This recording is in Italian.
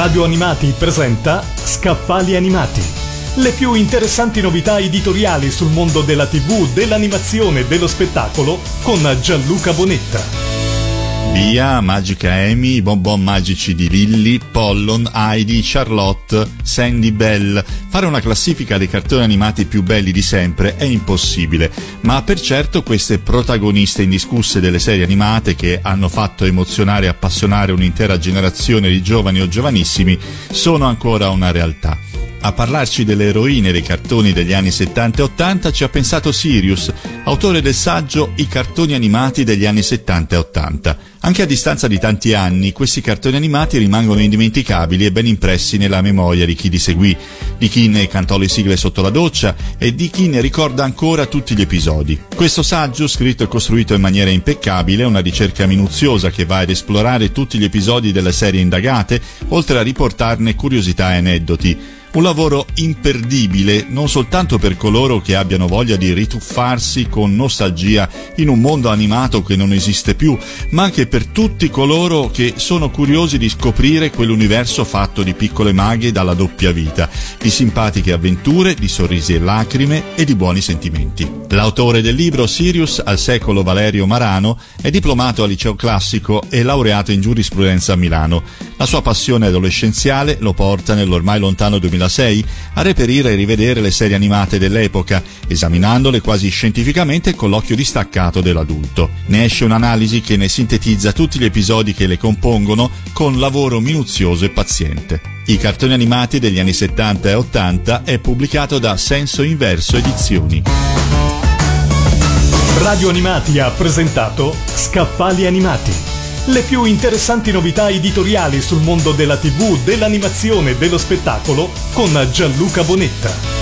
Radio Animati presenta Scaffali Animati. Le più interessanti novità editoriali sul mondo della TV, dell'animazione e dello spettacolo con Gianluca Bonetta. Via, Magica Amy, i bonbon magici di Lilli, Pollon, Heidi, Charlotte, Sandy Bell. Fare una classifica dei cartoni animati più belli di sempre è impossibile, ma per certo queste protagoniste indiscusse delle serie animate che hanno fatto emozionare e appassionare un'intera generazione di giovani o giovanissimi sono ancora una realtà. A parlarci delle eroine dei cartoni degli anni 70 e 80 ci ha pensato Sirius, autore del saggio I cartoni animati degli anni 70 e 80. Anche a distanza di tanti anni, questi cartoni animati rimangono indimenticabili e ben impressi nella memoria di chi li seguì, di chi ne cantò le sigle sotto la doccia e di chi ne ricorda ancora tutti gli episodi. Questo saggio, scritto e costruito in maniera impeccabile, è una ricerca minuziosa che va ad esplorare tutti gli episodi delle serie indagate, oltre a riportarne curiosità e aneddoti. Un lavoro imperdibile non soltanto per coloro che abbiano voglia di rituffarsi con nostalgia in un mondo animato che non esiste più, ma anche per tutti coloro che sono curiosi di scoprire quell'universo fatto di piccole maghe dalla doppia vita, di simpatiche avventure, di sorrisi e lacrime e di buoni sentimenti. L'autore del libro, Sirius al secolo Valerio Marano, è diplomato al liceo classico e laureato in giurisprudenza a Milano. La sua passione adolescenziale lo porta nell'ormai lontano 2006 a reperire e rivedere le serie animate dell'epoca, esaminandole quasi scientificamente con l'occhio distaccato dell'adulto. Ne esce un'analisi che ne sintetizza tutti gli episodi che le compongono con lavoro minuzioso e paziente. I cartoni animati degli anni 70 e 80 è pubblicato da Senso Inverso Edizioni. Radio Animati ha presentato Scaffali Animati. Le più interessanti novità editoriali sul mondo della TV, dell'animazione e dello spettacolo con Gianluca Bonetta.